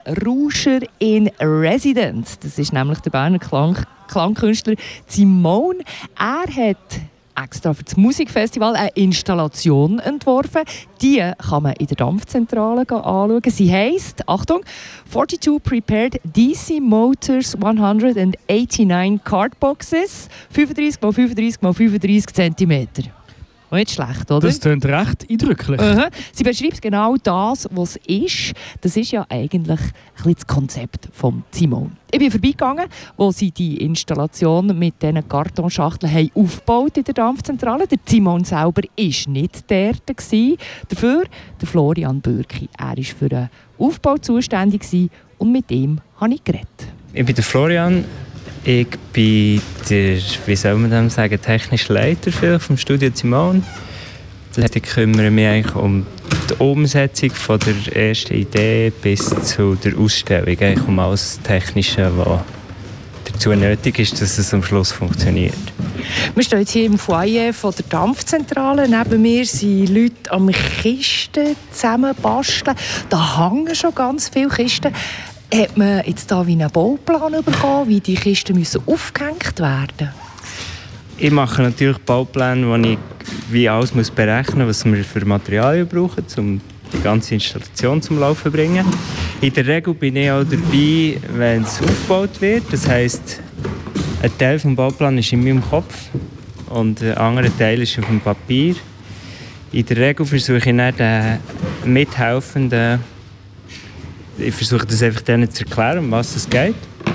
Rauscher in Residence. Das ist nämlich der Berner Klangkünstler Simone. Er hat extra für das Musikfestival eine Installation entworfen. Die kann man in der Dampfzentrale anschauen. Sie heisst, Achtung, 42 Prepared DC Motors 189 Cardboxes, 35 x 35 x 35 cm. Nicht schlecht, oder? Das klingt recht eindrücklich. Sie beschreibt genau das, was es ist. Das ist ja eigentlich ein bisschen das Konzept von Simone. Ich bin vorbeigegangen, wo sie die Installation mit diesen Kartonschachteln haben aufgebaut in der Dampfzentrale. Der Simone selber war nicht der. Dafür der Florian Bürki. Er war für den Aufbau zuständig und mit ihm habe ich geredet. Ich bin der Florian. Ich bin der, wie soll man das sagen, technische Leiter vom Studio Simone. Ich kümmere mich eigentlich um die Umsetzung von der ersten Idee bis zu der Ausstellung, eigentlich um alles Technische, was dazu nötig ist, dass es am Schluss funktioniert. Wir stehen jetzt hier im Foyer von der Dampfzentrale. Neben mir sind Leute am Kisten zusammenbasteln. Da hängen schon ganz viele Kisten. Hat man jetzt da wie einen Bauplan bekommen, wie die Kisten müssen aufgehängt werden? Ich mache natürlich Baupläne, wo ich wie alles berechnen muss, was wir für Materialien brauchen, um die ganze Installation zum Laufen zu bringen. In der Regel bin ich auch dabei, wenn es aufgebaut wird. Das heisst, ein Teil des Bauplans ist in meinem Kopf und ein anderer Teil ist auf dem Papier. In der Regel versuche ich dann den Mithelfenden, ich versuche das einfach denen zu erklären, um was es geht.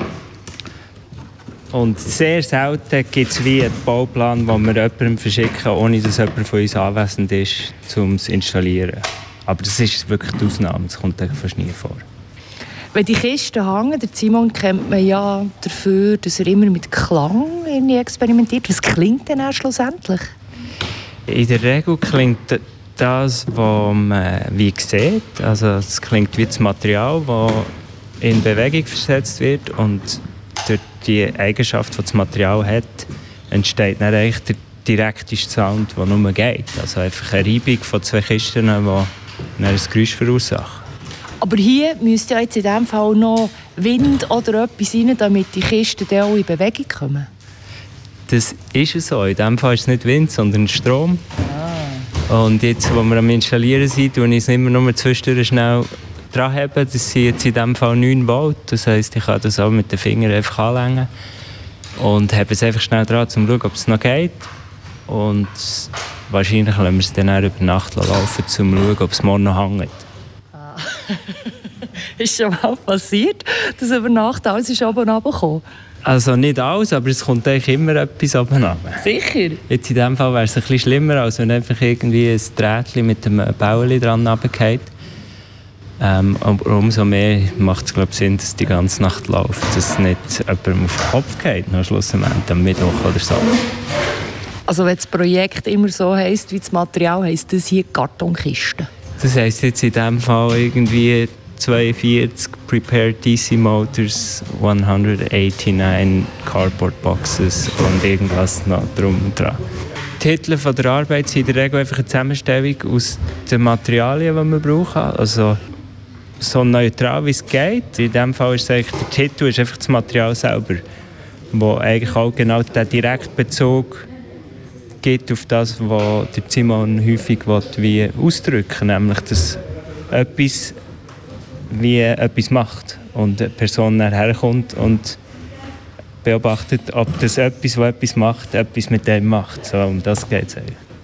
Und sehr selten gibt es wie einen Bauplan, den wir jemandem verschicken, ohne dass jemand von uns anwesend ist, um es zu installieren. Aber das ist wirklich die Ausnahme, das kommt fast nie vor. Wenn die Kisten hängen, der Simon kennt man ja dafür, dass er immer mit Klang experimentiert. Was klingt denn schlussendlich? In der Regel klingt das, was man wie sieht. Also es klingt wie das Material, das in Bewegung versetzt wird. Und durch die Eigenschaft, die das Material hat, entsteht dann eigentlich der direkteste Sound, der nur geht. Also einfach eine Reibung von zwei Kisten, die ein Geräusch verursachen. Aber hier müsste ja jetzt in diesem Fall noch Wind oder etwas rein, damit die Kisten dann auch in Bewegung kommen. Das ist so. In diesem Fall ist es nicht Wind, sondern Strom. Und jetzt, wo wir am Installieren sind, tue ich es immer nur zwischendurch schnell dran haben. Das sind jetzt in diesem Fall 9 Volt. Das heisst, ich kann das auch mit den Fingern einfach anlängen. Und habe es einfach schnell dran, um zu schauen, ob es noch geht. Und wahrscheinlich lassen wir es dann auch über Nacht laufen, um zu schauen, ob es morgen noch hängt. Ist schon mal passiert, dass über Nacht alles ist oben runtergekommen? Also nicht alles, aber es kommt eigentlich immer etwas oben runter. Sicher? Jetzt in diesem Fall wäre es ein bisschen schlimmer, als wenn einfach irgendwie ein Drähtchen mit einem Bauli dran runterfällt. Aber umso mehr macht es, glaube ich, Sinn, dass die ganze Nacht läuft, dass es nicht jemandem auf den Kopf geht, noch schlussendlich am Mittwoch oder so. Also wenn das Projekt immer so heisst, wie das Material, heisst das hier Kartonkisten? Das heisst jetzt in diesem Fall irgendwie 42 Prepared DC Motors, 189 Cardboard Boxes und irgendwas noch drum und dran. Die Titel von der Arbeit sind in der Regel einfach eine Zusammenstellung aus den Materialien, die wir brauchen. Also so neutral wie es geht. In diesem Fall ist eigentlich, der Titel ist einfach das Material selber, wo eigentlich auch genau den Direktbezug gibt auf das, was der Simon häufig wie ausdrücken will, nämlich dass etwas wie etwas macht und eine Person herkommt und beobachtet, ob das etwas, was etwas macht, etwas mit dem macht. So, um das geht es eigentlich.